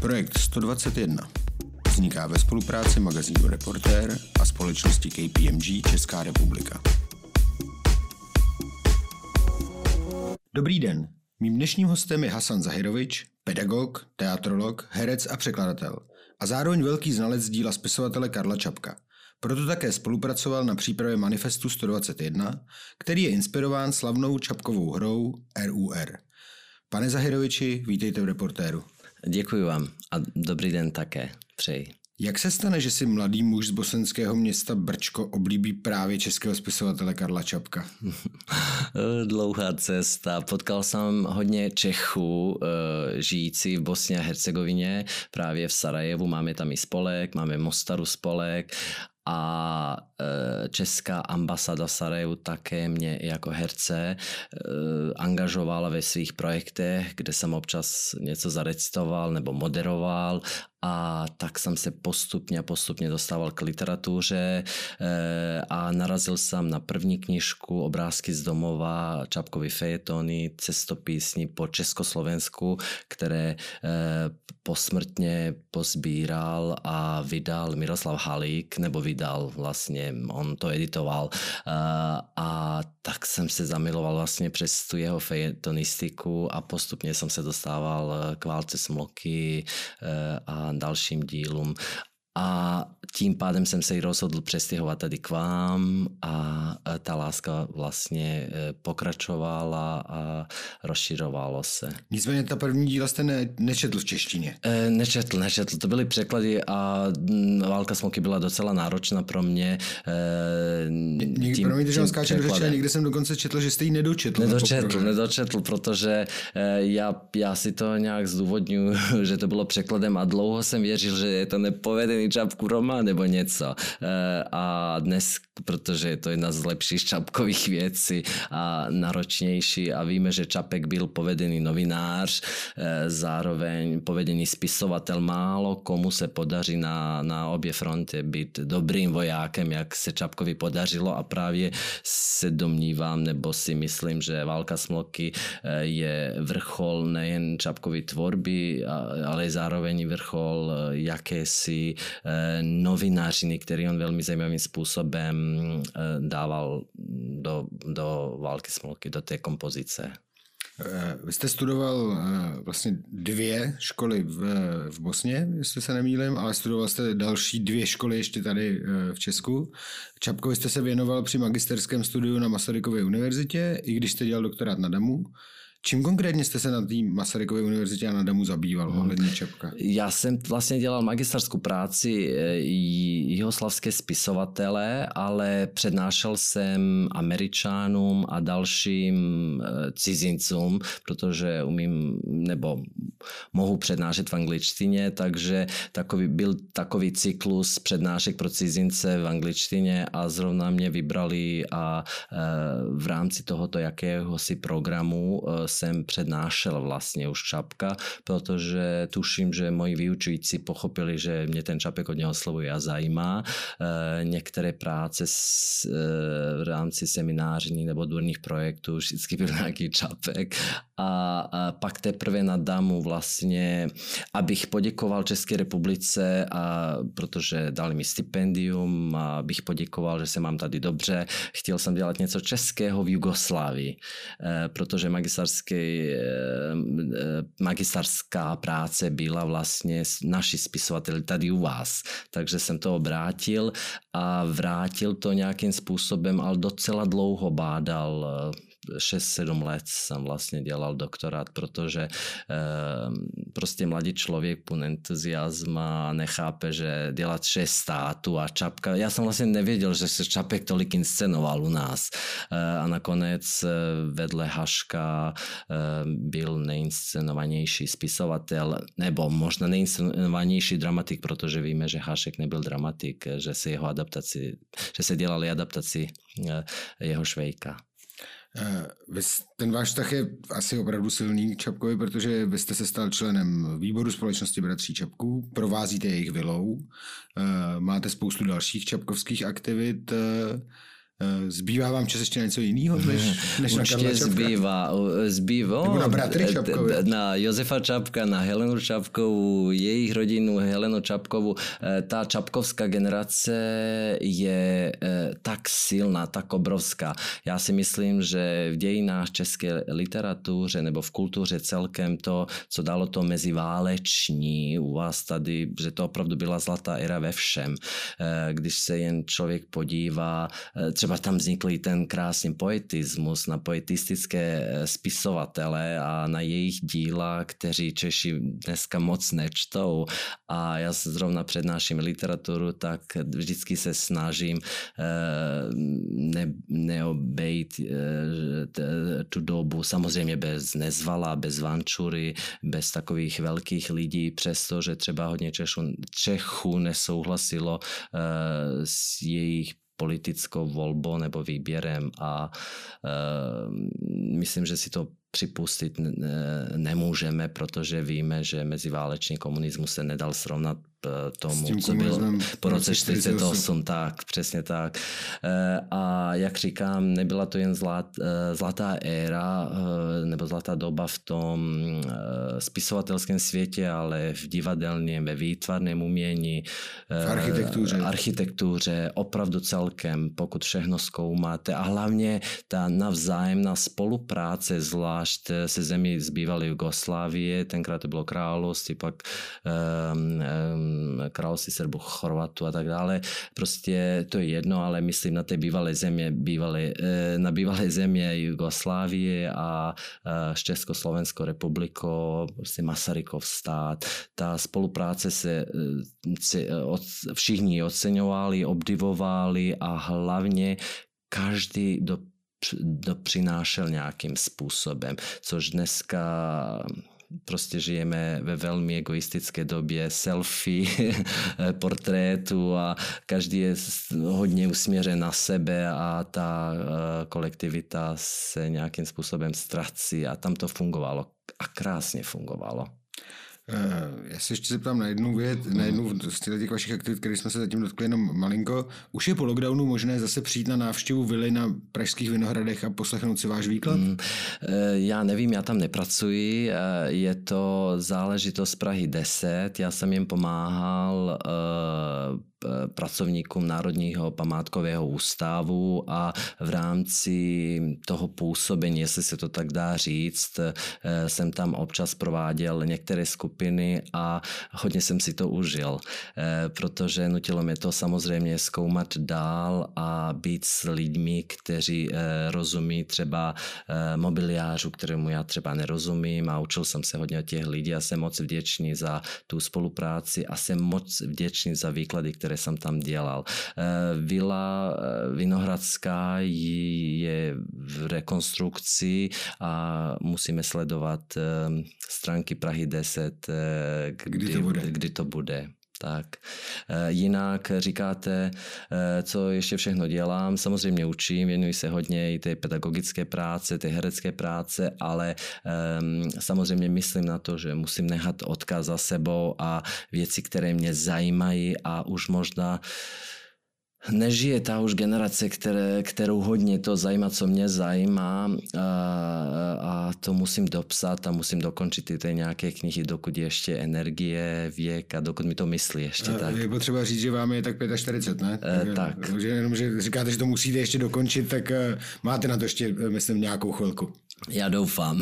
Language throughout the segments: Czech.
Projekt 121 vzniká ve spolupráci magazínu Reportér a společnosti KPMG Česká republika. Dobrý den, mým dnešním hostem je Hasan Zahirovič, pedagog, teatrolog, herec a překladatel a zároveň velký znalec díla spisovatele Karla Čapka. Proto také spolupracoval na přípravě manifestu 121, který je inspirován slavnou Čapkovou hrou RUR. Pane Zahiroviči, vítejte v Reportéru. Děkuji vám a dobrý den také přeji. Jak se stane, že si mladý muž z bosenského města Brčko oblíbí právě českého spisovatele Karla Čapka? Dlouhá cesta. Potkal jsem hodně Čechů žijící v Bosně a Hercegovině, právě v Sarajevu. Máme tam i spolek, máme Mostaru spolek a česká ambasáda v Sarajevu také mě jako herce angažovala ve svých projektech, kde jsem občas něco zarecitoval nebo moderoval, a tak jsem se postupně dostával k literatuře a narazil jsem na první knižku Obrázky z domova, Čapkovy fejetony, cestopísni po Československu, které posmrtně pozbíral a vydal Miroslav Halík, nebo vydal vlastně, on to editoval, a tak jsem se zamiloval vlastně přes tu jeho fejetonistiku a postupně jsem se dostával k Válce Smloky a dalším dílům. A tím pádem jsem se i rozhodl přestěhovat tady k vám a ta láska vlastně pokračovala a rozširovalo se. Nicméně ta první díla jste nečetl v češtině. Nečetl. To byly překlady a Válka Smloky byla docela náročná pro mě. Promiňte, že vám skáčem do řeči, a někde jsem dokonce četl, že jste ji nedočetl. Nedočetl, protože já si to nějak zdůvodňuji, že to bylo překladem a dlouho jsem věřil, že je to nepovedený Čapkův román nebo něco. A dnes, protože je to jedna z lepších Čapkových věcí a náročnější a víme, že Čapek byl povedený novinář, zároveň povedený spisovatel. Málo komu se podaří na obě fronty být dobrým vojákem, jak se Čapkovi podařilo, a právě se domnívám, nebo si myslím, že Válka Smloky je vrchol nejen Čapkovy tvorby, ale zároveň vrchol jakési novinářiny, který on velmi zajímavým způsobem dával do Války Smloky, do té kompozice. Vy jste studoval vlastně 2 školy v Bosně, jestli se nemýlím, ale studoval jste další 2 školy ještě tady v Česku. Čapkovi jste se věnoval při magisterském studiu na Masarykově univerzitě, i když jste dělal doktorát na DAMU. Čím konkrétně jste se na té Masarykově univerzitě a na DAMU zabýval ohledně Čapka? Já jsem vlastně dělal magisterskou práci jihoslavské spisovatele, ale přednášel jsem Američanům a dalším cizincům, protože umím nebo mohu přednášet v angličtině, takže byl takový cyklus přednášek pro cizince v angličtině a zrovna mě vybrali a v rámci tohoto jakéhosi programu jsem přednášel vlastně už Čapka, protože tuším, že moji vyučující pochopili, že mě ten Čapek od něho oslovuje a zajímá. Některé práce v rámci seminářní nebo odborných projektů vždycky byl nějaký Čapek a pak teprve na DAMU vlastně, abych poděkoval České republice, protože dali mi stipendium, a abych poděkoval, že se mám tady dobře, chtěl jsem dělat něco českého v Jugoslávii, protože magisterská práce byla vlastně naši spisovateli tady u vás. Takže jsem to obrátil a vrátil to nějakým způsobem, ale docela dlouho bádal. 6-7 let jsem vlastně dělal doktorát, protože prostě mladý člověk plný entuziasma nechápe, že dělat 6 států a Čapka. Já jsem vlastně nevěděl, že se Čapek tolik inscenoval u nás. A nakonec vedle Haška byl nejscenovanější spisovatel, nebo možná nejscenovanější dramatik, protože víme, že Hašek nebyl dramatik, že se dělali adaptaci jeho Švejka. Ten váš vztah je asi opravdu silný k Čapkovi, protože vy jste se stal členem výboru společnosti bratří Čapků, provázíte jejich vilou, máte spoustu dalších čapkovských aktivit. Zbývá vám čas ještě něco jiného, než na Karla Čapka? Zbývá. Nebo na bratry Čapkovi? Na Josefa Čapka, na Helenu Čapkovou, jejich rodinu Helenu Čapkovou. Ta čapkovská generace je tak silná, tak obrovská. Já si myslím, že v dějinách české literatuře nebo v kultuře celkem to, co dalo to meziváleční u vás tady, že to opravdu byla zlatá éra ve všem. Když se jen člověk podívá, třeba tam vznikl i ten krásný poetismus na poetistické spisovatele a na jejich díla, kteří Češi dneska moc nečtou. A já zrovna přednáším literaturu, tak vždycky se snažím neobejít tu dobu, samozřejmě bez Nezvala, bez Vančury, bez takových velkých lidí, přestože třeba hodně Čechů nesouhlasilo s jejich politickou volbou nebo výběrem a myslím, že si to připustit nemůžeme, protože víme, že meziválečný komunismus se nedal srovnat tomu, co bylo po roce 1948, tak, přesně tak. A jak říkám, nebyla to jen zlatá éra nebo zlatá doba v tom spisovatelském světě, ale v divadelním, ve výtvarném umění, v architektuře, opravdu celkem, pokud všechno zkoumáte a hlavně ta navzájemná spolupráce, zvlášť se zemí z bývalé Jugoslávie, tenkrát to bylo království, pak království Srbů, Chorvatů a tak dále. Prostě to je jedno, ale myslím na té bývalé země Jugoslávie a s Československou republikou, prostě Masarykov stát. Ta spolupráce se všichni oceňovali, obdivovali a hlavně každý dopřinášel nějakým způsobem, což dneska prostě žijeme ve velmi egoistické době selfie, portrétu a každý je hodně usměřen na sebe a ta kolektivita se nějakým způsobem ztrací a tam to fungovalo a krásně fungovalo. Já se ještě zeptám na jednu věc, na jednu z těch vašich aktivit, které jsme se zatím dotkli jenom malinko. Už je po lockdownu možné zase přijít na návštěvu vily na pražských Vinohradech a poslechnout si váš výklad? Já nevím, já tam nepracuji, je to záležitost Prahy 10, já jsem jim pomáhal pracovníkům Národního památkového ústavu a v rámci toho působení, jestli se to tak dá říct, jsem tam občas prováděl některé skupiny a hodně jsem si to užil, protože nutilo mě to samozřejmě zkoumat dál a být s lidmi, kteří rozumí třeba mobiliářu, kterému já třeba nerozumím a učil jsem se hodně od těch lidí a jsem moc vděčný za tu spolupráci a jsem moc vděčný za výklady, které jsem tam dělal. Vila Vinohradská je v rekonstrukci a musíme sledovat stránky Prahy 10, kdy to bude. Tak. Jinak říkáte, co ještě všechno dělám. Samozřejmě učím, věnuji se hodně i té pedagogické práce, té herecké práce, ale samozřejmě myslím na to, že musím nechat odkaz za sebou a věci, které mě zajímají a už možná nežije ta už generace, kterou hodně to zajímá, co mě zajímá a to musím dopsat a musím dokončit ty nějaké knihy, dokud ještě energie, věk a dokud mi to myslí ještě tak. Je potřeba říct, že vám je tak 45, ne? Tak. Takže jenom, že říkáte, že to musíte ještě dokončit, tak máte na to ještě, myslím, nějakou chvilku. Já doufám.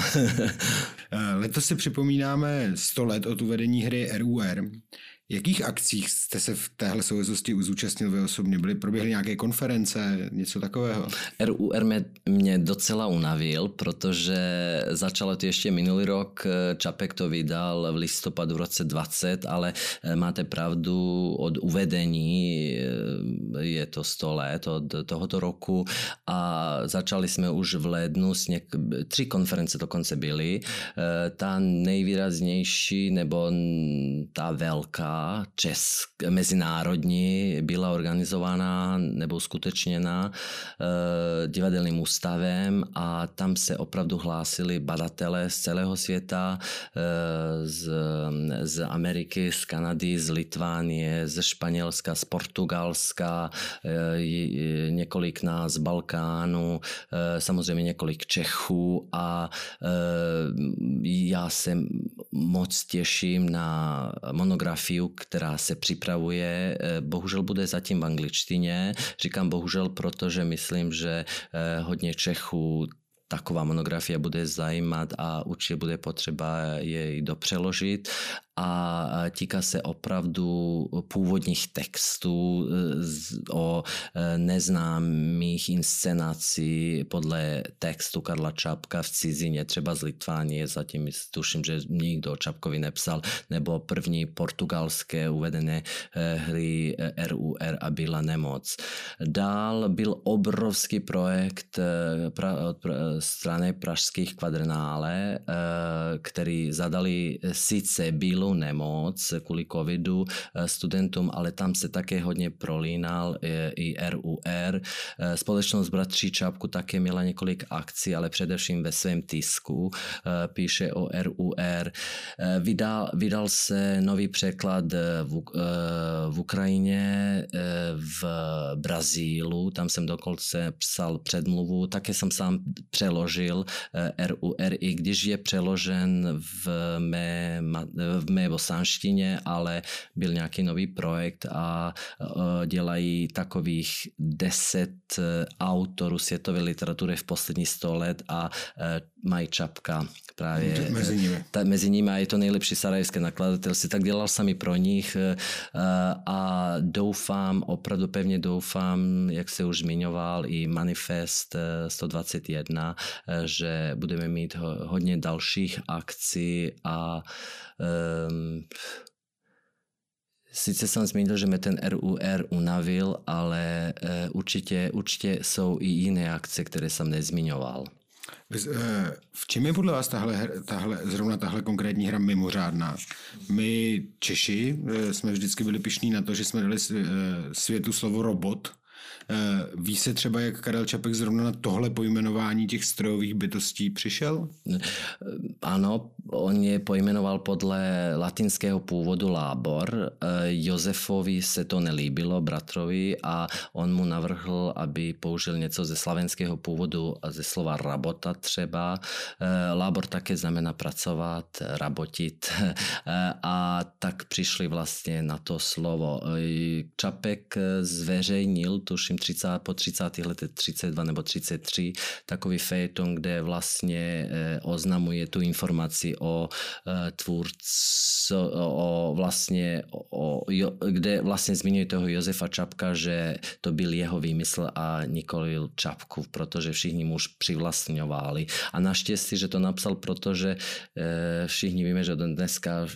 Letos si připomínáme 100 let od uvedení hry RUR. Jakých akcích jste se v téhle souvislosti zúčastnil vy osobně? Proběhly nějaké konference, něco takového? RUR mě docela unavil, protože začalo to ještě minulý rok, Čapek to vydal v listopadu v roce 20, ale máte pravdu, od uvedení je to 100 let od tohoto roku a začali jsme už v lednu, 3 konference dokonce byly. Ta nejvýraznější nebo ta velká výstava mezinárodní byla organizována nebo uskutečněna divadelním ústavem a tam se opravdu hlásili badatelé z celého světa, z Ameriky, z Kanady, z Litvánie, ze Španělska, z Portugalska, několik z Balkánu, samozřejmě několik Čechů a já se moc těším na monografii, která se připravuje. Bohužel bude zatím v angličtině. Říkám bohužel, protože myslím, že hodně Čechů taková monografie bude zajímat a určitě bude potřeba jej dopřeložit a týká se opravdu původních textů o neznámých inscenací podle textu Karla Čapka v cizině, třeba z Litvánie, zatím tuším, že nikdo Čapkovi nepsal, nebo první portugalské uvedené hry RUR a Byla nemoc. Dál byl obrovský projekt od strany pražských kvadrenále, který zadali sice Bílou nemoc kvůli covidu studentům, ale tam se také hodně prolínal i RUR. Společnost Bratří Čapku také měla několik akcí, ale především ve svém tisku píše o RUR. Vydal se nový překlad v Ukrajině, v Brazílu, tam jsem dokonce psal předmluvu, také jsem sám přeložil RUR, i když je přeložen v mé bosanštině, ale byl nějaký nový projekt a dělají takových 10 autorů světové literatury v posledních 100 let a mají Čapka právě mezi nimi a je to nejlepší sarajevské nakladatelství, tak dělal jsem i pro nich a doufám, opravdu pevně doufám, jak se už zmiňoval i Manifest 121, že budeme mít hodně dalších akcí a sice jsem zmínil, že mě ten RUR unavil, ale určitě jsou i jiné akce, které jsem nezmiňoval. V čem je podle vás zrovna tahle konkrétní hra mimořádná? My Češi jsme vždycky byli pyšní na to, že jsme dali světu slovo robot. Ví se třeba, jak Karel Čapek zrovna na tohle pojmenování těch strojových bytostí přišel? Ano, on je pojmenoval podle latinského původu Lábor. Josefovi se to nelíbilo, bratrovi, a on mu navrhl, aby použil něco ze slavenského původu a ze slova rabota třeba. Lábor také znamená pracovat, rabotit a tak přišli vlastně na to slovo. Čapek zveřejnil, tuším po 30. letech 32 nebo 33, takový fejeton, kde vlastně oznamuje tu informaci o tvůrci, kde vlastně zmiňuje toho Josefa Čapka, že to byl jeho výmysl a nikoli Čapkův, protože všichni mu už přivlastňovali. A naštěstí, že to napsal, protože všichni víme, že dneska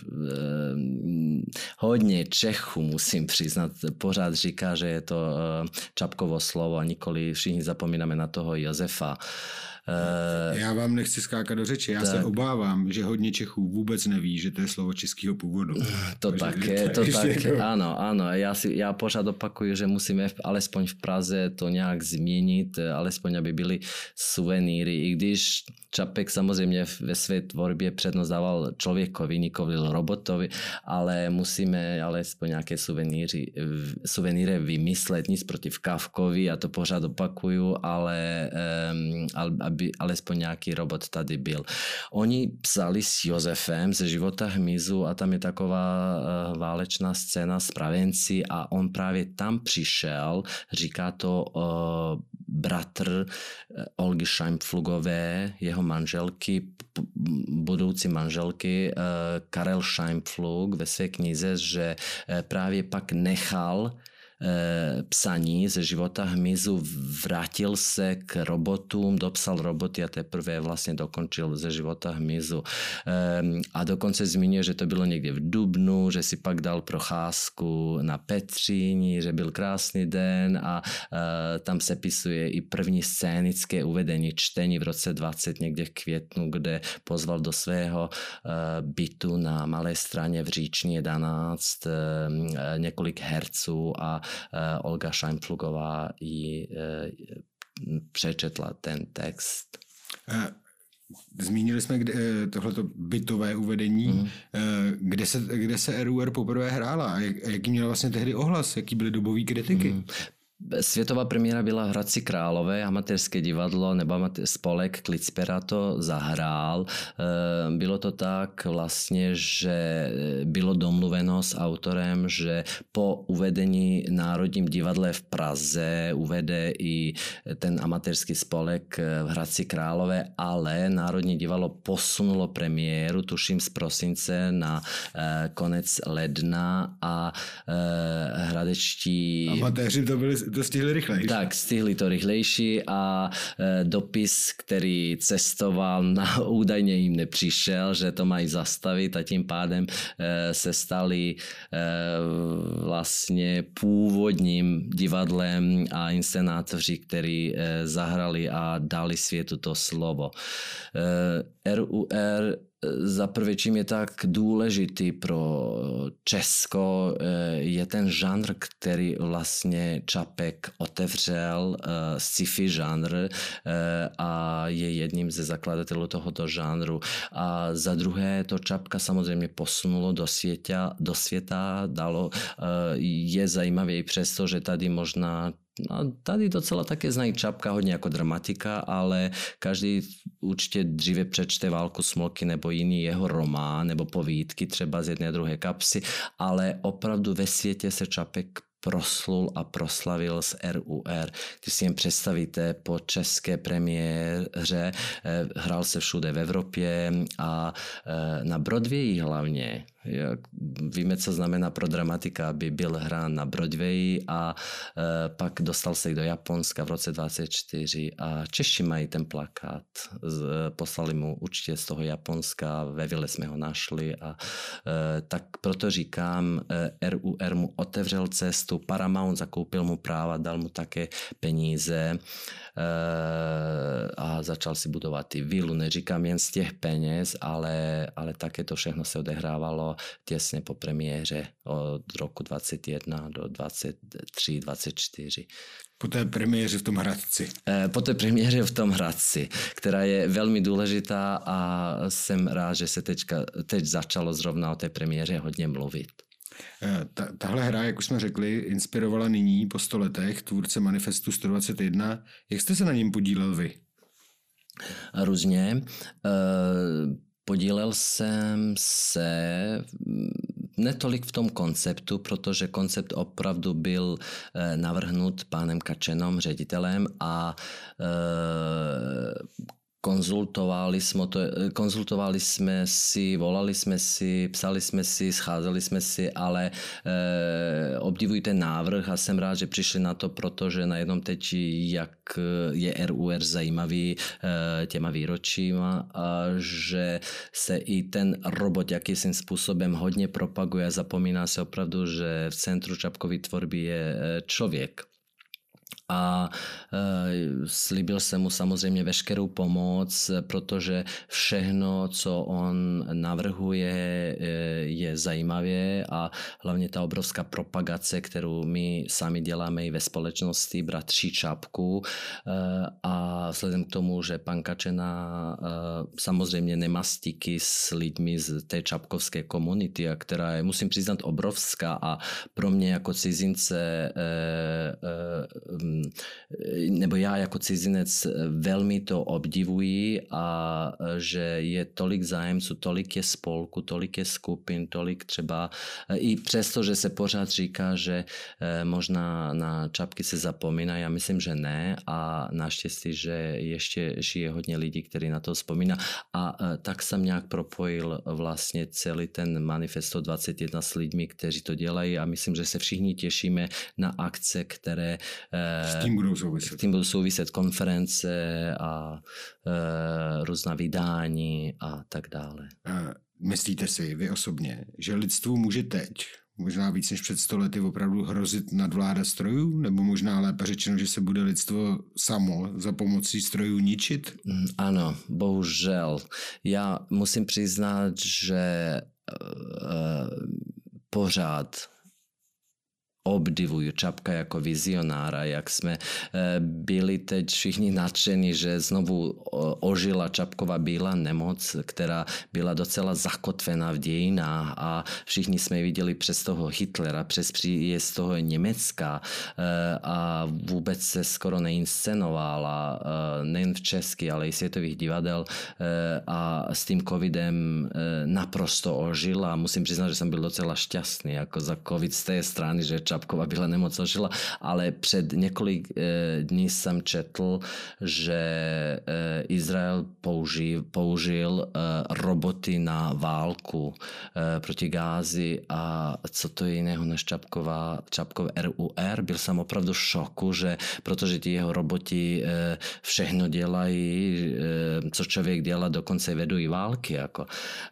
hodně Čechů, musím přiznat, pořád říká, že je to Čapkovo slovo a nikoli všichni zapomínáme na toho Josefa. Já vám nechci skákat do řeči, já se obávám, že hodně Čechů vůbec neví, že to je slovo českého původu. To tak, ano. Já pořád opakuju, že musíme alespoň v Praze to nějak změnit, alespoň aby byly suvenýry, i když Čapek samozřejmě ve své tvorbě přednost dával člověkovi, nikoli robotovi, ale musíme alespoň nějaké suvenýry vymyslet, nic proti Kafkovi, a to pořád opakuju, ale aby alespoň nějaký robot tady byl. Oni psali s Josefem ze Života hmyzu a tam je taková válečná scéna s pravenci a on právě tam přišel, říká to bratr Olgy Šajmflugové, jeho manželky, budoucí manželky, Karel Šajmflug ve své knize, že právě pak nechal psaní ze života hmyzu, vrátil se k robotům, dopsal roboty a teprve vlastně dokončil ze života hmyzu. A dokonce zmiňuje, že to bylo někde v dubnu, že si pak dal procházku na Petříni, že byl krásný den a tam se pisuje i první scénické uvedení čtení v roce 20 někde v květnu, kde pozval do svého bytu na Malé Straně v Říční 11 několik herců a Olga Šajnplugová ji přečetla ten text. Zmínili jsme tohleto bytové uvedení, kde se RUR poprvé hrála a jaký měla vlastně tehdy ohlas, jaký byly dobové kritiky? Světová premiéra byla v Hradci Králové, amatérské divadlo nebo spolek Klicpera to zahrál. Bylo to tak vlastně, že bylo domluveno s autorem, že po uvedení Národním divadle v Praze uvede i ten amatérský spolek v Hradci Králové, ale Národní divadlo posunulo premiéru, tuším z prosince na konec ledna a hradečtí... Amatéři to stihli rychlejší. Tak, stihli to rychlejší a dopis, který cestoval, údajně jim nepřišel, že to mají zastavit a tím pádem se stali vlastně původním divadlem a inscenátoři, kteří zahrali a dali světu to slovo. RUR za prvé, čím je tak důležitý pro Česko, je ten žánr, který vlastně Čapek otevřel, sci-fi žánr a je jedním ze zakladatelů tohoto žánru. A za druhé to Čapka samozřejmě posunulo do světa, dalo, je zajímavé i přesto, že tady možná tady docela také znají Čapka hodně jako dramatika, ale každý určitě dříve přečte Válku Smolky nebo jiný jeho román nebo povídky třeba z jedné a druhé kapsy, ale opravdu ve světě se Čapek proslul a proslavil z RUR. Když si jen představíte, po české premiéře hrál se všude v Evropě a na Broadwayi hlavně. Víme, co znamená pro dramatika, aby byl hrán na Broadwayi a pak dostal se i do Japonska v roce 24 a Češi mají ten plakát. Poslali mu určitě z toho Japonska, ve Vile jsme ho našli a tak proto říkám, RUR mu otevřel cestu, Paramount zakoupil mu práva, dal mu také peníze a začal si budovat i vilu. Neříkám jen z těch peněz, ale také to všechno se odehrávalo těsně po premiéře od roku 21 do 23, 24. Po té premiéře v tom Hradci. Po té premiéře v tom Hradci, která je velmi důležitá a jsem rád, že se teď začalo zrovna o té premiéře hodně mluvit. Tahle hra, jak už jsme řekli, inspirovala nyní po 100 letech tvůrce Manifestu 121. Jak jste se na něm podílel vy? Různě. Podílel jsem se netolik v tom konceptu, protože koncept opravdu byl navrhnut pánem Kačenom, ředitelem a konzultovali jsme si, volali jsme si, psali jsme si, scházeli jsme si, ale obdivuji ten návrh a jsem rád, že přišli na to, protože najednou teď, jak je RUR zajímavý těma výročíma a že se i ten robot jakýmsi způsobem hodně propaguje. Zapomíná se opravdu, že v centru Čapkovy tvorby je člověk. A slíbil jsem mu samozřejmě veškerou pomoc, protože všechno, co on navrhuje, je zajímavé a hlavně ta obrovská propagace, kterou my sami děláme i ve společnosti Bratří Čapku a vzhledem k tomu, že pan Kačena samozřejmě nemá styky s lidmi z té čapkovské komunity, a která je, musím přiznat, obrovská a pro mě jako cizince nebo já jako cizinec velmi to obdivuji a že je tolik zájemců, tolik je spolků, tolik je skupin, tolik třeba, i přesto, že se pořád říká, že možná na čapky se zapomíná, já myslím, že ne a naštěstí, že ještě žije hodně lidí, kteří na to vzpomíná a tak jsem nějak propojil vlastně celý ten manifest 121 s lidmi, kteří to dělají a myslím, že se všichni těšíme na akce, které s tím budou souviset konference a různá vydání a tak dále. Myslíte si vy osobně, že lidstvu může teď, možná víc než před 100 lety, opravdu hrozit nadvláda strojů? Nebo možná lépe řečeno, že se bude lidstvo samo za pomocí strojů ničit? Ano, bohužel. Já musím přiznat, že pořád obdivuju Čapka jako vizionára, jak jsme byli teď všichni nadšení, že znovu ožila Čapková bílá nemoc, která byla docela zakotvená v dějinách a všichni jsme viděli přes toho Hitlera, přes příjezd toho Německa a vůbec se skoro neinscenovala, nejen v českých, ale i světových divadel a s tím covidem naprosto ožila. Musím přiznat, že jsem byl docela šťastný jako za covid z té strany, že Čapková bílá nemoc ožila, ale před několik dní jsem četl, že Izrael použil roboty na válku proti Gázi a co to je jiného než Čapkov RUR. Byl jsem opravdu v šoku, že protože ti jeho roboti všechno dělají, co člověk dělá, dokonce vedují války. Jako.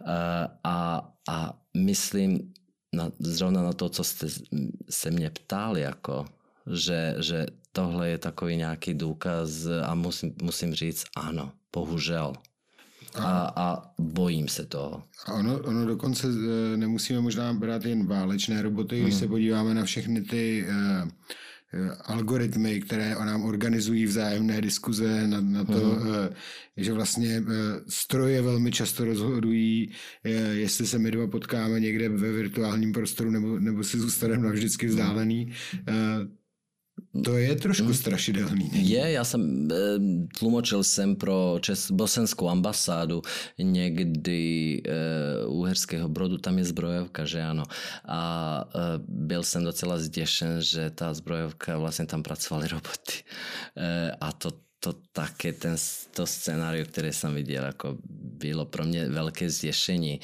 A myslím, zrovna na to, co jste se mě ptali, jako, že tohle je takový nějaký důkaz a musím říct ano, bohužel. A bojím se toho. A ono dokonce nemusíme možná brát jen válečné roboty, když se podíváme na všechny ty algoritmy, které nám organizují vzájemné diskuze na to, že vlastně stroje velmi často rozhodují, jestli se my dva potkáme někde ve virtuálním prostoru nebo si zůstaneme navždycky vzdálený. To je trošku strašidelný. Já jsem tlumočil jsem pro bosenskou ambasádu někdy u Uherského Brodu, tam je zbrojovka, že ano. A byl jsem docela zděšen, že ta zbrojovka, vlastně tam pracovaly roboty. A to také to scénário, které jsem viděl, jako bylo pro mě velké zděšení.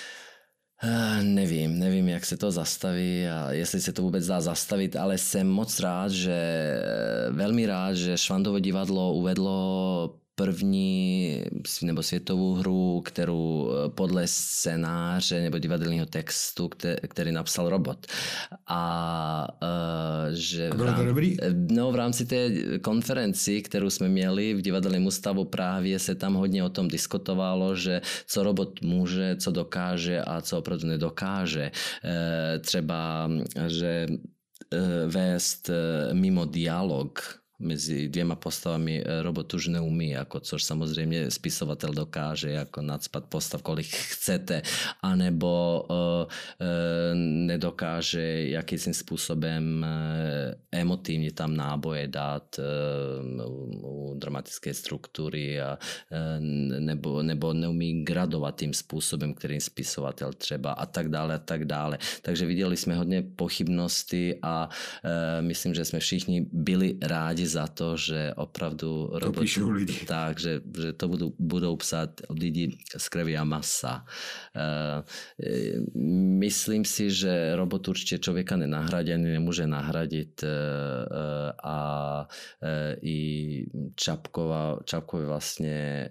Nevím, jak se to zastaví a jestli se to vůbec dá zastavit, ale jsem moc rád, velmi rád, že Švandovo divadlo uvedlo první nebo světovou hru, kterou podle scénáře nebo divadelního textu, který napsal robot. A že bylo to dobrý? No, v rámci té konferenci, kterou jsme měli v divadelním ústavu právě, se tam hodně o tom diskutovalo, že co robot může, co dokáže a co opravdu nedokáže. Třeba, že vést mimo dialog mezi dvěma postavami robot už neumí, jako, což samozřejmě spisovatel dokáže jako nacpat postav, kolik chcete, anebo nedokáže jakým způsobem emotivně tam náboje dát u dramatické struktury nebo neumí gradovat tím způsobem, kterým spisovatel třeba a tak dále a tak dále. Takže viděli jsme hodně pochybnosti a myslím, že jsme všichni byli rádi za to, že opravdu píšou lidi. Tak, že to budou psát lidi z krvi a masa. Myslím si, že robot určitě člověka nenahradí, ani nemůže nahradit a i Čapkové vlastně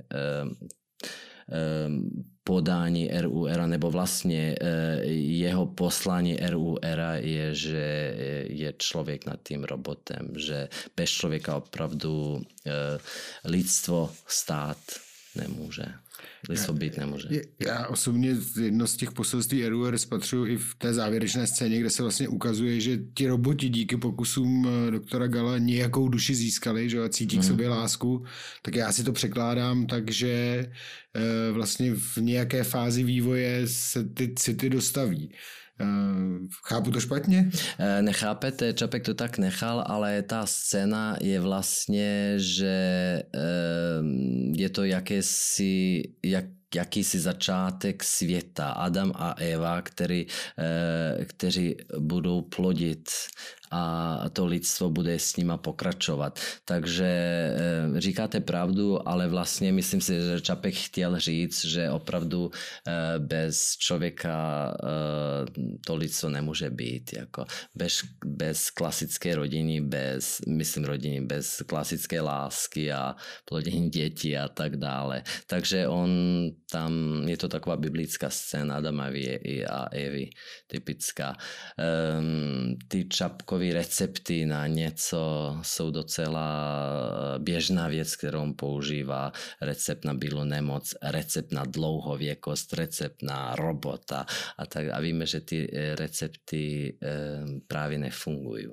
podání RUR, nebo vlastně jeho poslání RUR je, že je člověk nad tím robotem, že bez člověka opravdu lidstvo stát nemůže. Lidstvo být nemůže. Já osobně jedno z těch poselství RUR spatřuji i v té závěrečné scéně, kde se vlastně ukazuje, že ti roboti díky pokusům doktora Gala nějakou duši získali, že a cítí k sobě lásku, tak já si to překládám tak, že vlastně v nějaké fázi vývoje se ty city dostaví. Chápu to špatně? Nechápete, Čapek to tak nechal, ale ta scéna je vlastně, že je to jakési, jakýsi začátek světa, Adam a Eva, kteří budou plodit a to lidstvo bude s nima pokračovat. Takže říkáte pravdu, ale vlastně myslím si, že Čapek chtěl říct, že opravdu bez člověka to lidstvo nemůže být. Jako bez klasické rodiny, bez klasické lásky a plodění dětí a tak dále. Takže tam je to taková biblická scéna Adama a Evy, typická. Ty Čapkové recepty na něco jsou docela běžná věc, kterou používá. Recept na bílou nemoc, recept na dlouhověkost, recept na robota a tak. A víme, že ty recepty právě nefungují.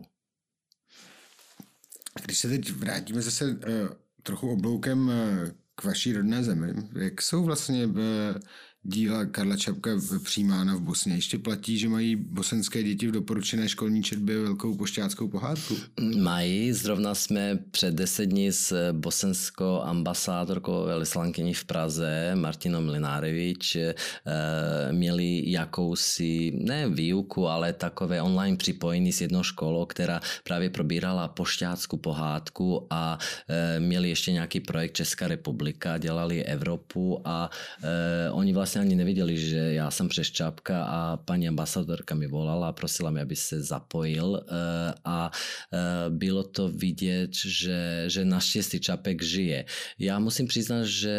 Když se teď vrátíme zase trochu obloukem k vaší rodné zemi, jak jsou vlastně díla Karla Čapka přijímána v Bosně? Ještě platí, že mají bosenské děti v doporučené školní četbě velkou pošťáckou pohádku? Mají. Zrovna jsme před 10 dní s bosenskou ambasádorkou velvyslankyní v Praze, Martinou Mlinárevič, měli jakousi, ne výuku, ale takové online připojení s jednou školou, která právě probírala pošťáckou pohádku a měli ještě nějaký projekt Česká republika, dělali Evropu a oni vlastně ani nevěděli, že já jsem přes Čapka a paní ambasadorka mi volala a prosila mě, aby se zapojil a bylo to vidět, že naštěstí Čapek žije. Já musím přiznat, že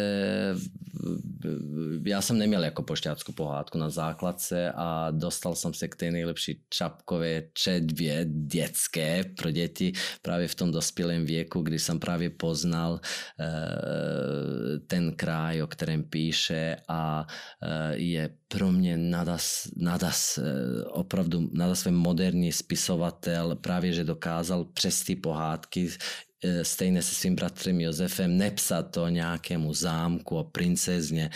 já jsem neměl jako pošťáckou pohádku na základce a dostal jsem se k té nejlepší Čapkové četbě dětské pro děti právě v tom dospělém věku, kdy jsem právě poznal ten kraj, o kterém píše a je pro mě opravdu nadasve moderní spisovatel, právě že dokázal přes ty pohádky stejně se svým bratrem Josefem nepsat to nějakému zámku o princezně.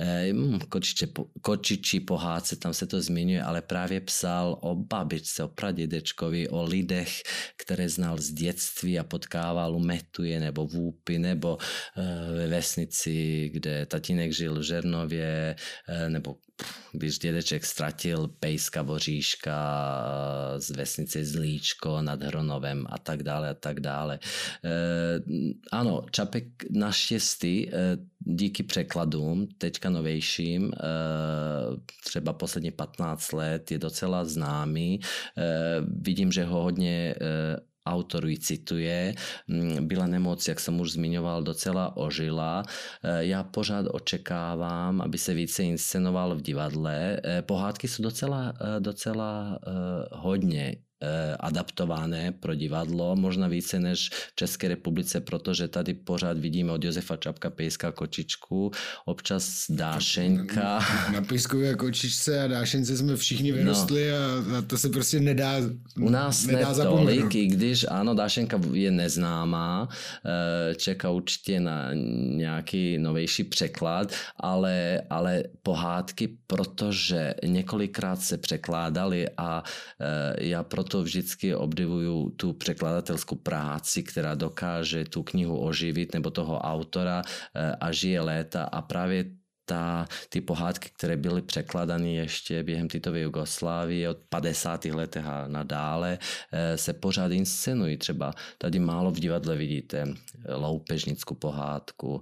Kočičí pohádce, tam se to zmiňuje, ale právě psal o babičce, o pradědečkovi, o lidech, které znal z dětství a potkával u Metuje nebo v Úpy nebo ve vesnici, kde tatínek žil v Žernově, nebo když dědeček ztratil pejska Voříška z vesnice Zlíčko nad Hronovem a tak dále a tak dále. Ano, Čapek naštěstí díky překladům, teďka novějším, třeba poslední 15 let je docela známý. Vidím, že ho hodně autorují, cituje. Byla nemoc, jak jsem už zmiňoval, docela ožila. Já pořád očekávám, aby se více inscenoval v divadle. Pohádky jsou docela hodně adaptované pro divadlo, možná více než v České republice, protože tady pořád vidíme od Josefa Čapka Pejska Kočičku, občas Dášenka. Na Pejskovi a Kočičce a Dášence jsme všichni vyrostli a to se prostě nedá u nás nedá tolik, i když ano, Dášenka je neznámá, čeká určitě na nějaký novější překlad, ale pohádky, protože několikrát se překládaly a já proto vždycky obdivuju tu překladatelskou práci, která dokáže tu knihu oživit nebo toho autora a žije léta a právě ty pohádky, které byly překládány ještě během Titovy Jugoslávie od 50. letech a nadále, se pořád inscenují. Třeba tady málo v divadle vidíte loupežnickou pohádku,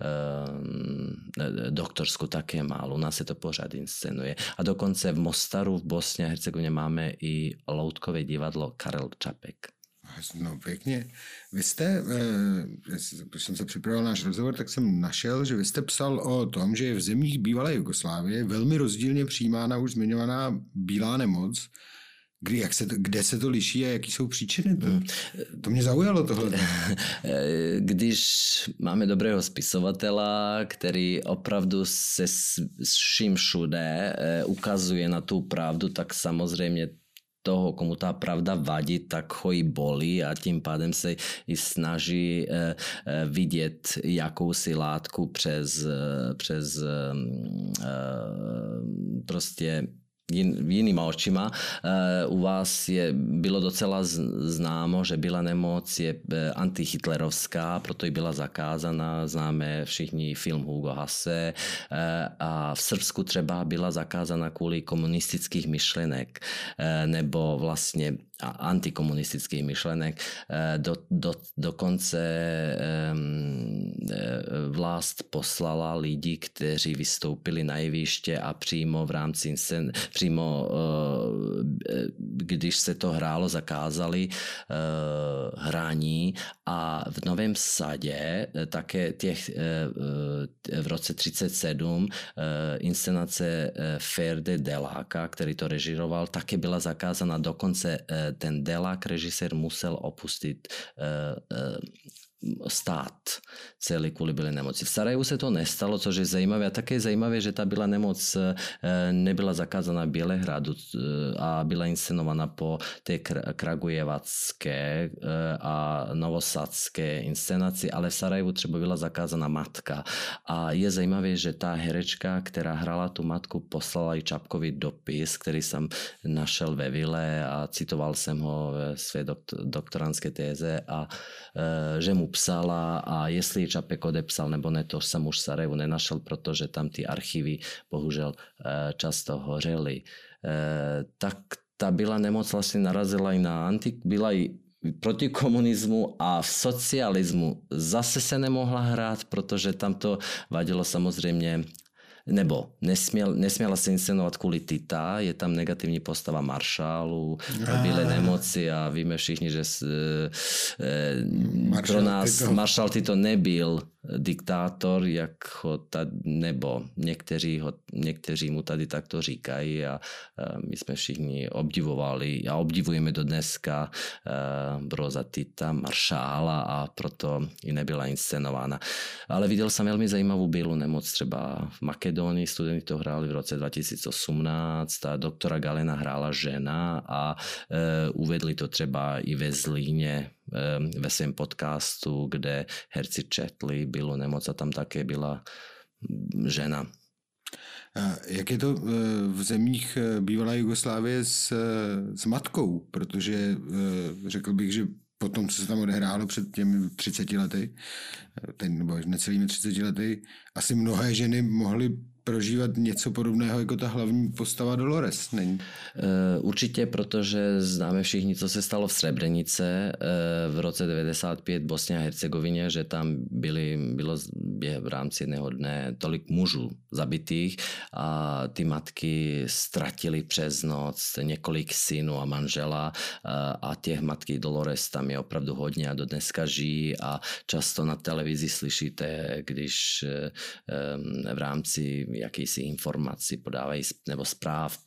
doktorskou také málo, u nás se to pořád inscenuje. A dokonce v Mostaru, v Bosně a Hercegovině máme i loutkové divadlo Karel Čapek. No pěkně. Vy jste, když jsem se připravil náš rozhovor, tak jsem našel, že vy jste psal o tom, že je v zemích bývalé Jugoslávie velmi rozdílně přijímána už zmiňovaná bílá nemoc. Kde se to liší a jaký jsou příčiny? To mě zaujalo tohle. Když máme dobrého spisovatela, který opravdu se vším všude ukazuje na tu pravdu, tak samozřejmě toho, komu ta pravda vadí, tak ho i bolí a tím pádem se i snaží vidět jakousi látku přes prostě jinýma očima. U vás bylo docela známo, že byla nemoc je antihitlerovská, proto i byla zakázaná. Známe všichni film Hugo Hasse a v Srbsku třeba byla zakázána kvůli komunistických myšlenek nebo vlastně antikomunistických myšlenek. Dokonce vlast poslala lidi, kteří vystoupili na jeviště a přímo v rámci když se to hrálo, zakázali hraní a v Novém Sadě také v roce 1937 inscenace Ferde Deláka, který to režíroval, také byla zakázána. Dokonce ten Delák režisér musel opustit stát celý kvůli bylé nemoci. V Sarajevu se to nestalo, což je zajímavé. A také je zajímavé, že ta byla nemoc nebyla zakázána v Bělehradu a byla inscenovaná po té kragujevacké a novosadské inscenaci, ale v Sarajevu třeba byla zakázána matka. A je zajímavé, že ta herečka, která hrála tu matku, poslala i Čapkovi dopis, který jsem našel ve vile a citoval jsem ho ve své doktorantské téze a že mu psala a jestli ji Čapek odepsal nebo ne, to jsem už v Sarajevu nenašel, protože tam ty archivy bohužel často hořely. Tak ta byla nemoc vlastně narazila i na byla i proti komunismu a v socialismu zase se nemohla hrát, protože tam to vadilo samozřejmě, nebo nesměla se inscenovat kvůli Tita, je tam negativní postava maršálu, bylé nemoci a víme všichni, že pro nás maršál Tito nebyl diktátor, jak ho nebo někteří mu tady takto říkají a my jsme všichni obdivovali a obdivujeme do dneska Broza Tita, maršála a proto i nebyla inscenována. Ale viděl jsem velmi zajímavou bílou nemoc třeba v Makedonii, studenti to hráli v roce 2018 a doktora Galena hrála žena a uvedli to třeba i ve Zlíně ve svém podcastu, kde herci četli bílou nemoc a tam také byla žena. A jak je to v zemích bývalé Jugoslávie s matkou? Protože řekl bych, že potom, co se tam odehrálo před těmi 30 lety, nebo necelými 30 lety, asi mnohé ženy mohly prožívat něco podobného jako ta hlavní postava Dolores, není? Určitě, protože známe všichni, co se stalo v Srebrenice v roce 95 v Bosně a Hercegovině, že tam bylo v rámci jednoho dne tolik mužů zabitých a ty matky ztratily přes noc několik synů a manžela a těch matky Dolores tam je opravdu hodně a do dneska žijí a často na televizi slyšíte, když v rámci jakýsi informací podávají, nebo zpráv,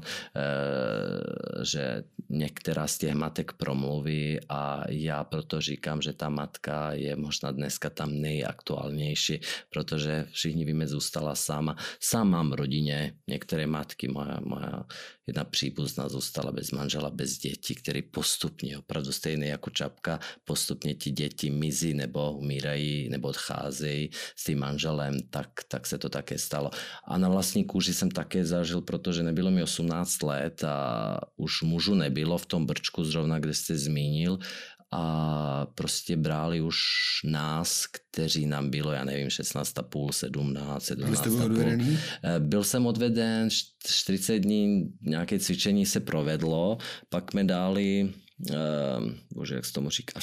že některá z těch matek promluví a já proto říkám, že ta matka je možná dneska tam nejaktuálnější, protože všichni víme, zůstala sama. Sám mám v rodině některé matky, moja jedna příbuzná zůstala bez manžela, bez dětí, který postupně, opravdu stejně jako Čapka, postupně ti děti mizí nebo umírají nebo odcházejí s tím manželem, tak se to také stalo. A na vlastní kůži jsem také zažil, protože nebylo mi 18 let a už mužů nebylo v tom Brčku zrovna, kde jste zmínil a prostě brali už nás, kteří nám bylo, já nevím, 16,5, 17. Ale jste byl odvedený? Byl jsem odveden, 40 dní nějaké cvičení se provedlo, pak mě dali, bože, jak se tomu říká,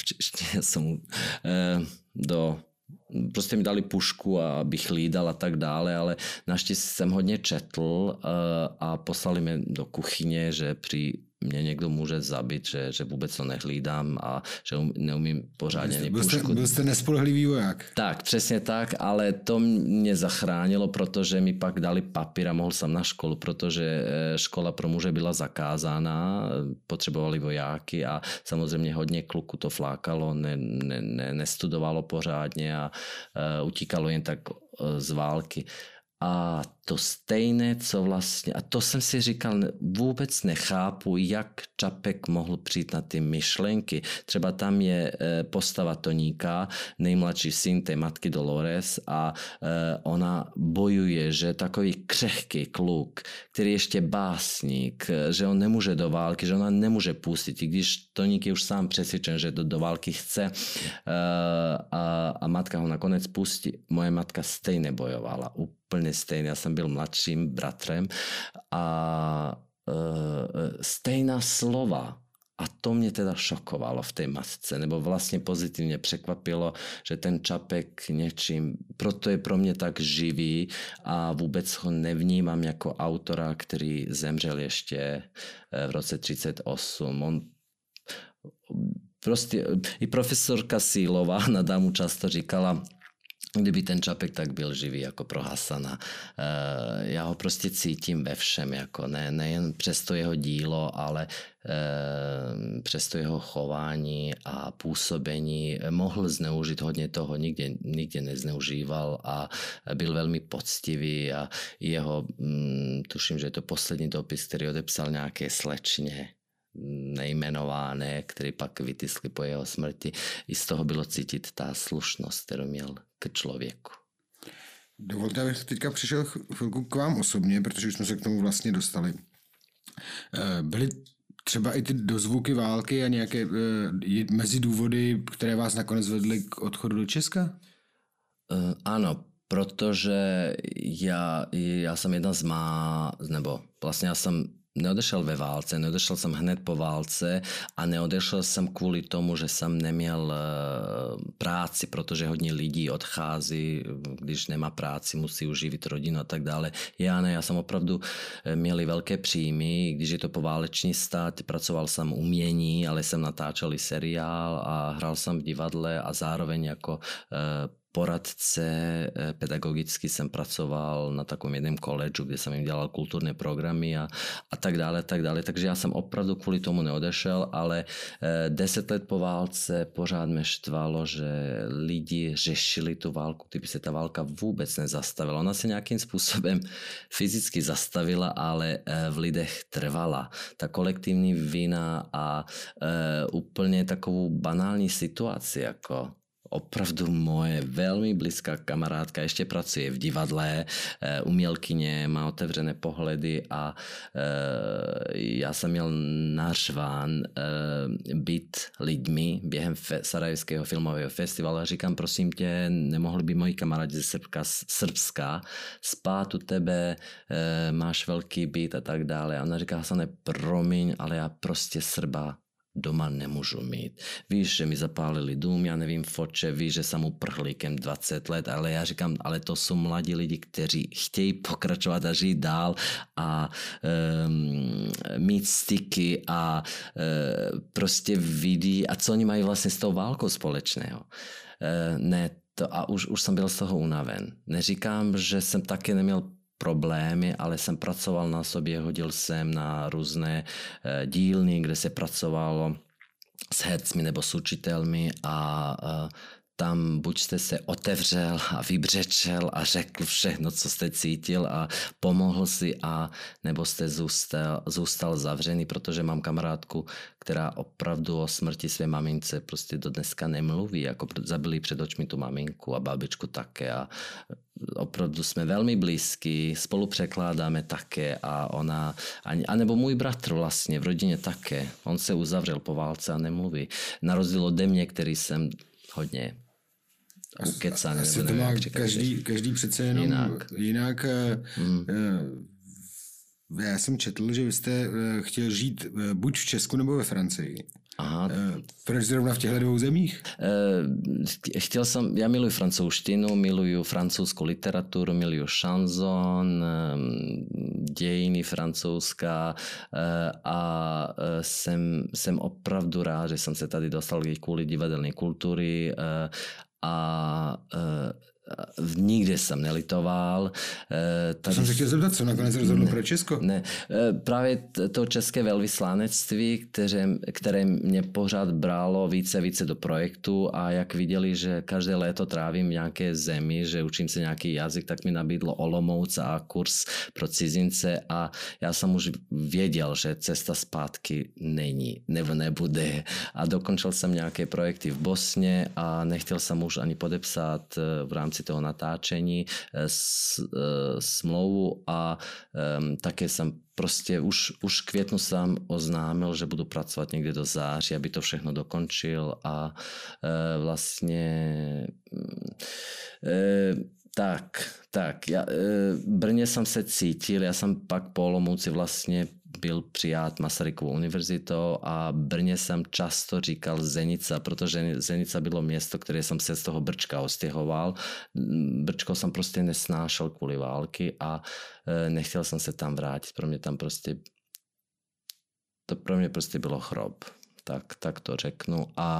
prostě mi dali pušku a bych hlídal a tak dále, ale naštěstí jsem hodně četl a poslali mě do kuchyně, že při mě někdo může zabít, že vůbec to nehlídám a že neumím pořádně ani pušku. Byl jste nespolehlivý voják. Tak, přesně tak, ale to mě zachránilo, protože mi pak dali papír a mohl jsem na školu, protože škola pro muže byla zakázána, potřebovali vojáky a samozřejmě hodně kluku to flákalo, nestudovalo pořádně a utíkalo jen tak z války. A to stejné, co vlastně, a to jsem si říkal, vůbec nechápu, jak Čapek mohl přijít na ty myšlenky. Třeba tam je postava Toníka, nejmladší syn té matky Dolores a ona bojuje, že takový křehký kluk, který ještě básník, že on nemůže do války, že ona nemůže pustit, i když Toník je už sám přesvědčen, že do války chce a matka ho nakonec pustí. Moje matka stejně bojovala, úplně stejně. Já jsem byl mladším bratrem a stejná slova. A to mě teda šokovalo v té matce, nebo vlastně pozitivně překvapilo, že ten Čapek něčím, proto je pro mě tak živý a vůbec ho nevnímám jako autora, který zemřel ještě v roce 1938. On prostě, i profesorka Sílová na dámu často říkala, kdyby ten Čapek tak byl živý jako pro Hasana. Já ho prostě cítím ve všem, jako nejen přes to jeho dílo, ale přes to jeho chování a působení. Mohl zneužít hodně toho, nikdy nezneužíval a byl velmi poctivý a jeho, tuším, že je to poslední dopis, který odepsal nějaké slečně, nejmenované, který pak vytiskli po jeho smrti. I z toho bylo cítit ta slušnost, kterou měl k člověku. Dovolte, abych teďka přišel chvilku k vám osobně, protože už jsme se k tomu vlastně dostali. Byly třeba i ty dozvuky války a nějaké mezi důvody, které vás nakonec vedly k odchodu do Česka? Ano, protože já jsem jedna nebo vlastně já jsem neodešel ve válce, neodešel jsem hned po válce a neodešel jsem kvůli tomu, že jsem neměl práci, protože hodně lidí odchází, když nemá práci, musí uživit rodinu a tak dále. Já jsem opravdu měl velké příjmy, když je to poválečný stát, pracoval jsem umění, ale jsem natáčel i seriál a hrál jsem v divadle a zároveň jako poradce pedagogicky jsem pracoval na takovém jednom koledžu, kde jsem jim dělal kulturní programy a tak dále, tak dále. Takže já jsem opravdu kvůli tomu neodešel, ale 10 let po válce pořád mě štvalo, že lidi řešili tu válku, kdyby se ta válka vůbec nezastavila. Ona se nějakým způsobem fyzicky zastavila, ale v lidech trvala. Ta kolektivní vina a úplně takovou banální situaci, jako opravdu moje velmi blízká kamarádka ještě pracuje v divadle, umělkyně, má otevřené pohledy a já jsem měl nařván být lidmi během Sarajevského filmového festivalu a říkám, prosím tě, nemohli by moji kamarádi ze Srbska spát u tebe, máš velký byt a tak dále. A ona říká, Hasane, promiň, ale já prostě Srba doma nemůžu mít. Víš, že mi zapálili dům, já nevím, foče, víš, že jsem uprchlíkem 20 let, ale já říkám, ale to jsou mladí lidi, kteří chtějí pokračovat a žít dál a mít styky a prostě vidí, a co oni mají vlastně s tou válkou společného. A už jsem byl z toho unaven. Neříkám, že jsem taky neměl problémy, ale jsem pracoval na sobě, hodil jsem na různé dílny, kde se pracovalo s hercmi nebo s učitelmi a tam buď jste se otevřel a vybřečel a řekl všechno, co jste cítil a pomohl si, a nebo jste zůstal zavřený, protože mám kamarádku, která opravdu o smrti své mamince prostě do dneska nemluví, jako zabili před očmi tu maminku a babičku také a opravdu jsme velmi blízký, spolu překládáme také a ona, anebo můj bratr vlastně v rodině také, on se uzavřel po válce a nemluví. Na rozdíl ode mě, který jsem hodně ukecaný. Asi to má každý přece jenom jinak. Já jsem četl, že vy jste chtěl žít buď v Česku nebo ve Francii. Aha. Proč zrovna v těchto dvou zemích? Já miluji francouzštinu, miluji francouzskou literaturu, miluji šanzon, dějiny francouzská a jsem opravdu rád, že jsem se tady dostal kvůli divadelné kultury a nikde jsem nelitoval. To jsem se chtěl zeptat, co nakonec rozhodlo pro Česko? Ne, právě to české velvyslanectví, které mě pořád bralo více do projektu a jak viděli, že každé léto trávím v nějaké zemi, že učím se nějaký jazyk, tak mi nabídlo Olomouc a kurz pro cizince a já jsem už věděl, že cesta zpátky není nebo nebude a dokončil jsem nějaké projekty v Bosně a nechtěl jsem už ani podepsat v rámci toho natáčení smlouvu a také jsem prostě už v květnu jsem oznámil, že budu pracovat někde do září, aby to všechno dokončil a vlastně tak, já, v Brně jsem se cítil, já jsem pak po Olomouci vlastně byl přijat Masarykovou univerzitou a Brně jsem často říkal Zenica, protože Zenica bylo město, které jsem se z toho Brčka ostěhoval. Brčko jsem prostě nesnášel kvůli války a nechtěl jsem se tam vrátit. Pro mě prostě bylo chrob. Tak to řeknu. A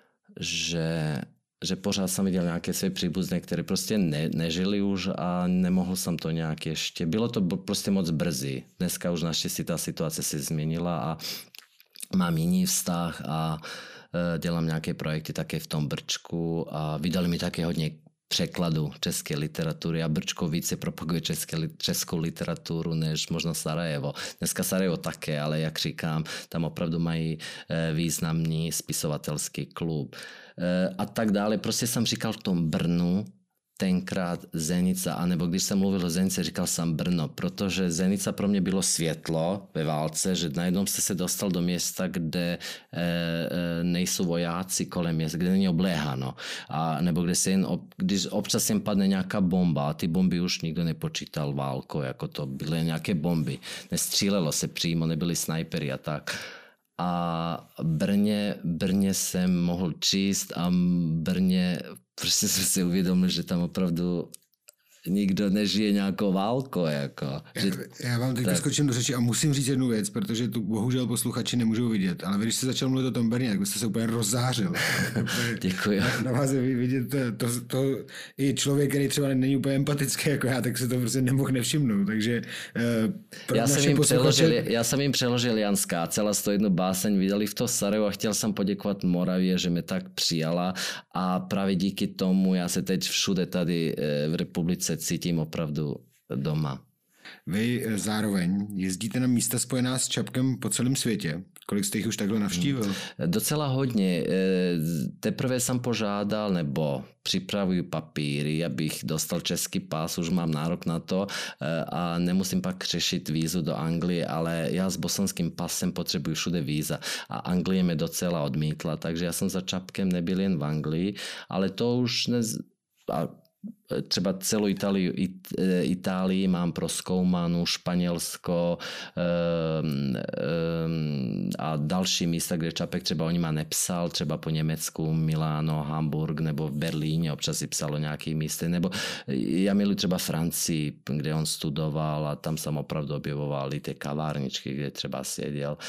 že pořád jsem viděl nějaké své příbuzné, které prostě nežili už a nemohl jsem to nějak ještě. Bylo to prostě moc brzy. Dneska už naštěstí ta situace se změnila a mám jiný vztah a dělám nějaké projekty také v tom Brčku a vydali mi také hodně překladu české literatury a Brčko více propaguje českou literaturu než možná Sarajevo. Dneska Sarajevo také, ale jak říkám, tam opravdu mají významný spisovatelský klub a tak dále. Prostě jsem říkal v tom Brnu tenkrát Zenica, anebo když jsem mluvil o Zenice, říkal jsem Brno, protože Zenica pro mě bylo světlo ve válce, že najednou jste se dostal do města, kde nejsou vojáci kolem města, kde není obléháno, a nebo kde se když občas jen padne nějaká bomba a ty bomby už nikdo nepočítal válkou, jako to byly nějaké bomby. Nestřílelo se přímo, nebyly snajpery a tak. A Brně jsem mohl číst a Brně prostě jsem si uvědomil, že tam opravdu nikdo nežije nějakou válkou. Jako. Já vám teď skočím do řeči a musím říct jednu věc, protože tu bohužel posluchači nemůžou vidět, ale vy, když jste začal mluvit o tom Brně, tak jste se úplně rozzářil. Děkuji. Na vás je vidět to i člověk, který třeba není úplně empatický jako já, tak se to prostě nemohl nevšimnout. Takže já jsem jim přeložil Jan Skácela 101 báseň, vydali v to Sarajevo a chtěl jsem poděkovat Moravě, že mě tak přijala a právě díky tomu já se teď všude tady v republice cítím opravdu doma. Vy zároveň jezdíte na místa spojená s Čapkem po celém světě. Kolik jste jich už takhle navštívil? Docela hodně. Teprve jsem požádal, nebo připravuju papíry, abych dostal český pás, už mám nárok na to a nemusím pak řešit vízu do Anglie, ale já s bosanským pasem potřebuji všude víza a Anglie mě docela odmítla, takže já jsem za Čapkem nebyl jen v Anglii, ale to už třeba celou Itálii mám prozkoumanou, Španělsko a další místa, kde Čapek třeba o nima nepsal, třeba po Německu, Miláno, Hamburg nebo v Berlíně občas si psal o nějakých místech, nebo já miluji třeba Francii, kde on studoval a tam jsem opravdu objevoval i ty kavárničky, kde třeba seděl,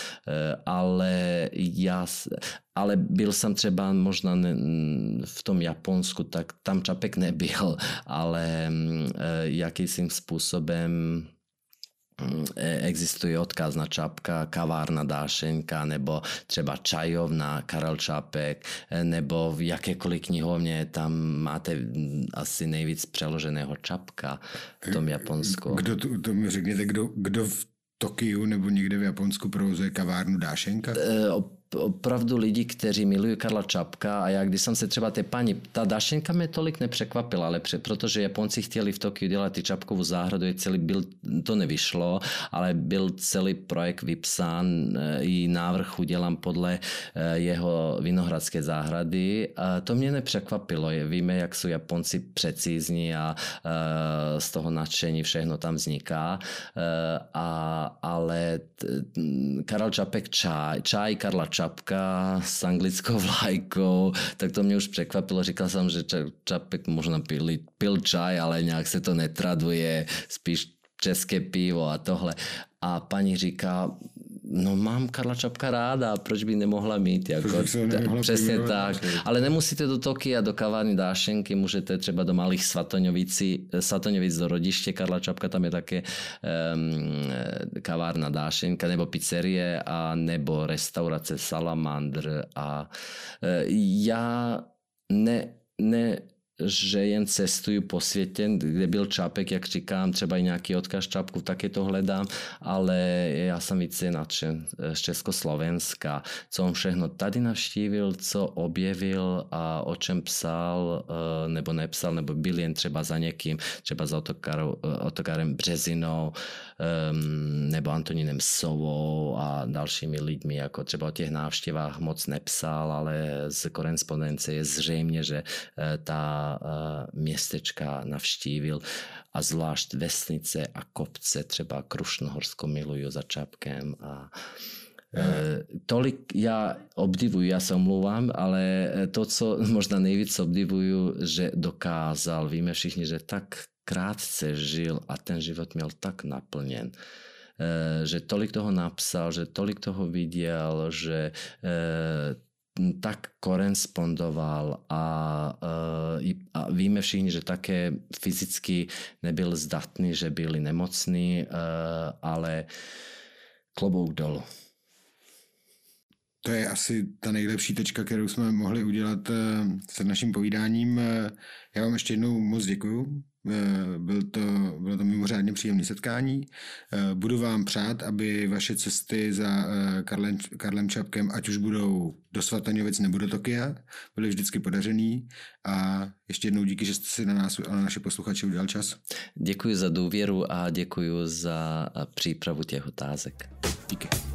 ale byl jsem třeba možná v tom Japonsku, tak tam Čapek nebyl, ale jakým způsobem existuje odkaz na Čapka, kavárna Dášenka, nebo třeba čajovna Karel Čapek, nebo v jakékoliv knihovně tam máte asi nejvíc přeloženého Čapka v tom Japonsku. To mi řekněte, kdo v Tokiu nebo někde v Japonsku provozuje kavárnu Dášenka? Opravdu lidi, kteří milují Karla Čapka a já, když jsem se třeba ta Dášenka mě tolik nepřekvapila, ale protože Japonci chtěli v Tokiu dělat i Čapkovu záhradu, to nevyšlo, ale byl celý projekt vypsán, i návrh udělám podle jeho vinohradské záhrady. A to mě nepřekvapilo. Víme, jak jsou Japonci precízní a z toho nadšení všechno tam vzniká. Ale Karel Čapek čaj Karla Čapka s anglickou vlajkou, tak to mě už překvapilo. Říkal jsem, že Čapek možná pil čaj, ale nějak se to netraduje, spíš české pivo a tohle. A paní říká, No mám Karla Čapka ráda, proč by nemohla mít? Jako, přesně tak. Ale nemusíte do Tokia, do kavárny Dášenky, můžete třeba do malých Svatoňovic do Rodiště Karla Čapka, tam je také kavárna Dášenka, nebo pizzerie, a nebo restaurace Salamandr. A já že jen cestuju po světě, kde byl Čapek, jak říkám, třeba i nějaký odkaz Čapku, taky to hledám, ale já jsem více nadšen z Československa, co on všechno tady navštívil, co objevil a o čem psal, nebo nepsal, nebo byl jen třeba za někým, třeba za Otokarem Březinou, nebo Antonínem Sovou a dalšími lidmi, jako třeba o těch návštěvách moc nepsal, ale z korespondence je zřejmě, že ta městečka navštívil a zvlášť vesnice a kopce, třeba Krušnohorsko miluju za Čapkem a tolik já obdivuju, já se omlouvám, ale to, co možná nejvíc obdivuju, že dokázal, víme všichni, že tak krátce žil a ten život měl tak naplněn, že tolik toho napsal, že tolik toho viděl, že tak korespondoval a víme všichni, že také fyzicky nebyl zdatný, že byli nemocní, ale klobouk dolů. To je asi ta nejlepší tečka, kterou jsme mohli udělat s naším povídáním. Já vám ještě jednou moc děkuju. Bylo to mimořádně příjemné setkání. Budu vám přát, aby vaše cesty za Karlem Čapkem, ať už budou do Svatoňovic nebo do Tokia, byly vždycky podařený. A ještě jednou díky, že jste si na nás a na naše posluchače udělal čas. Děkuji za důvěru a děkuji za přípravu těch otázek. Díky.